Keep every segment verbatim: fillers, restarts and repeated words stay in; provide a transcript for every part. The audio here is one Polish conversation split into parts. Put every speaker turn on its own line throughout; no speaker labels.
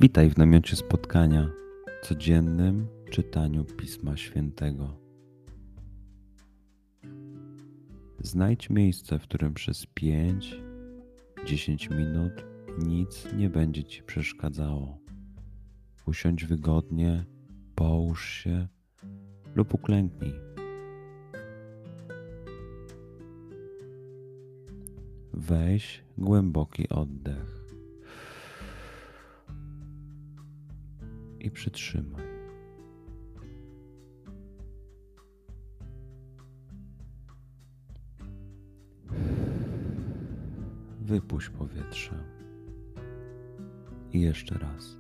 Witaj w namiocie spotkania, codziennym czytaniu Pisma Świętego. Znajdź miejsce, w którym przez pięć do dziesięciu minut nic nie będzie Ci przeszkadzało. Usiądź wygodnie, połóż się lub uklęknij. Weź głęboki oddech i przytrzymaj. Wypuść powietrze. I jeszcze raz.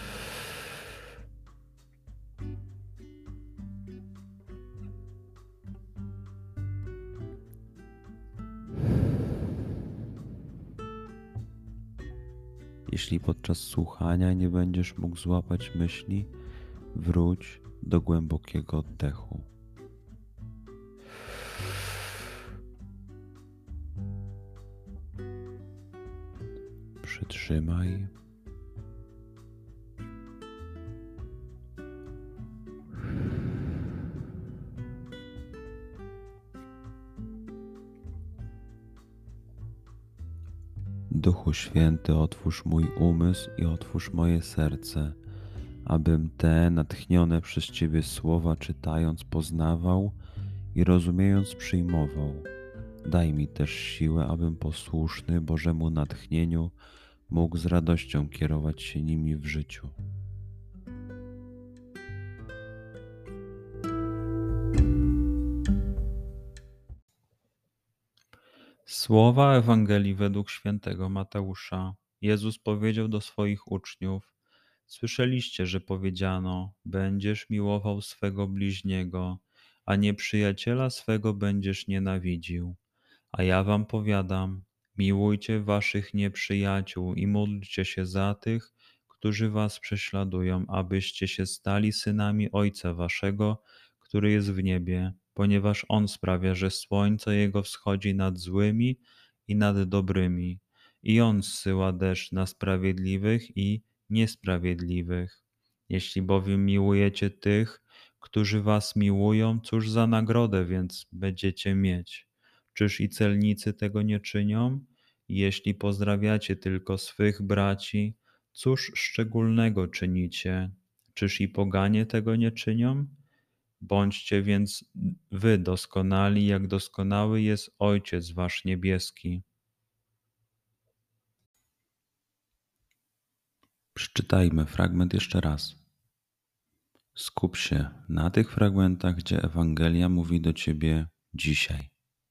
Jeśli podczas słuchania nie będziesz mógł złapać myśli, wróć do głębokiego oddechu. Przytrzymaj. Duchu Święty, otwórz mój umysł i otwórz moje serce, abym te natchnione przez Ciebie słowa czytając poznawał i rozumiejąc przyjmował. Daj mi też siłę, abym posłuszny Bożemu natchnieniu mógł z radością kierować się nimi w życiu.
Słowa Ewangelii według świętego Mateusza. Jezus powiedział do swoich uczniów: Słyszeliście, że powiedziano: będziesz miłował swego bliźniego, a nieprzyjaciela swego będziesz nienawidził. A ja wam powiadam: miłujcie waszych nieprzyjaciół i módlcie się za tych, którzy was prześladują, abyście się stali synami Ojca waszego, który jest w niebie, ponieważ On sprawia, że słońce Jego wschodzi nad złymi i nad dobrymi, i On zsyła deszcz na sprawiedliwych i niesprawiedliwych. Jeśli bowiem miłujecie tych, którzy was miłują, cóż za nagrodę więc będziecie mieć? Czyż i celnicy tego nie czynią? Jeśli pozdrawiacie tylko swych braci, cóż szczególnego czynicie? Czyż i poganie tego nie czynią? Bądźcie więc wy doskonali, jak doskonały jest Ojciec wasz niebieski.
Przeczytajmy fragment jeszcze raz. Skup się na tych fragmentach, gdzie Ewangelia mówi do Ciebie dzisiaj.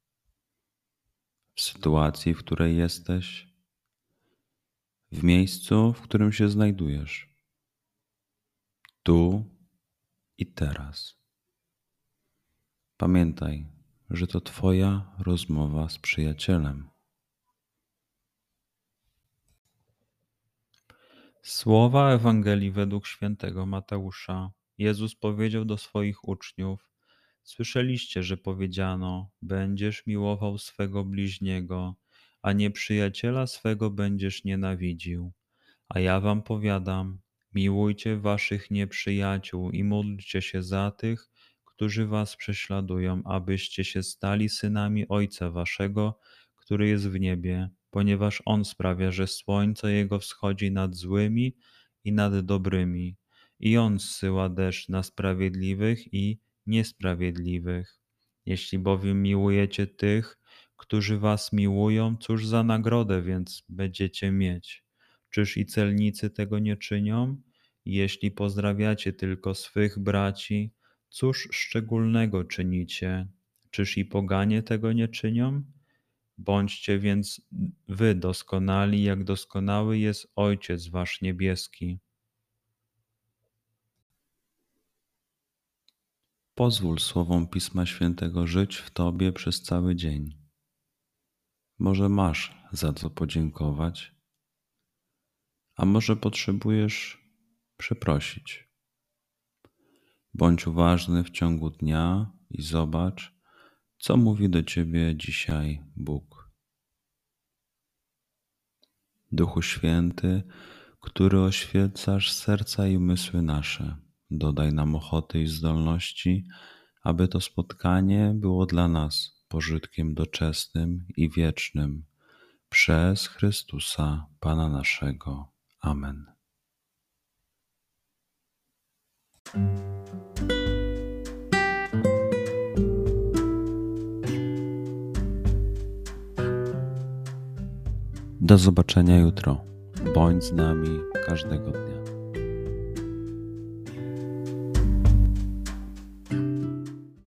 W sytuacji, w której jesteś, w miejscu, w którym się znajdujesz, tu i teraz. Pamiętaj, że to Twoja rozmowa z przyjacielem.
Słowa Ewangelii według świętego Mateusza. Jezus powiedział do swoich uczniów: Słyszeliście, że powiedziano: będziesz miłował swego bliźniego, a nieprzyjaciela swego będziesz nienawidził. A ja wam powiadam: miłujcie waszych nieprzyjaciół i módlcie się za tych, którzy was prześladują, abyście się stali synami Ojca waszego, który jest w niebie, ponieważ On sprawia, że słońce Jego wschodzi nad złymi i nad dobrymi, i On zsyła deszcz na sprawiedliwych i niesprawiedliwych. Jeśli bowiem miłujecie tych, którzy was miłują, cóż za nagrodę więc będziecie mieć? Czyż i celnicy tego nie czynią? Jeśli pozdrawiacie tylko swych braci, cóż szczególnego czynicie? Czyż i poganie tego nie czynią? Bądźcie więc wy doskonali, jak doskonały jest Ojciec wasz niebieski.
Pozwól słowom Pisma Świętego żyć w Tobie przez cały dzień. Może masz za co podziękować, a może potrzebujesz przeprosić. Bądź uważny w ciągu dnia i zobacz, co mówi do Ciebie dzisiaj Bóg. Duchu Święty, który oświecasz serca i umysły nasze. Dodaj nam ochoty i zdolności, aby to spotkanie było dla nas pożytkiem doczesnym i wiecznym. Przez Chrystusa, Pana naszego. Amen. Do zobaczenia jutro. Bądź z nami każdego dnia.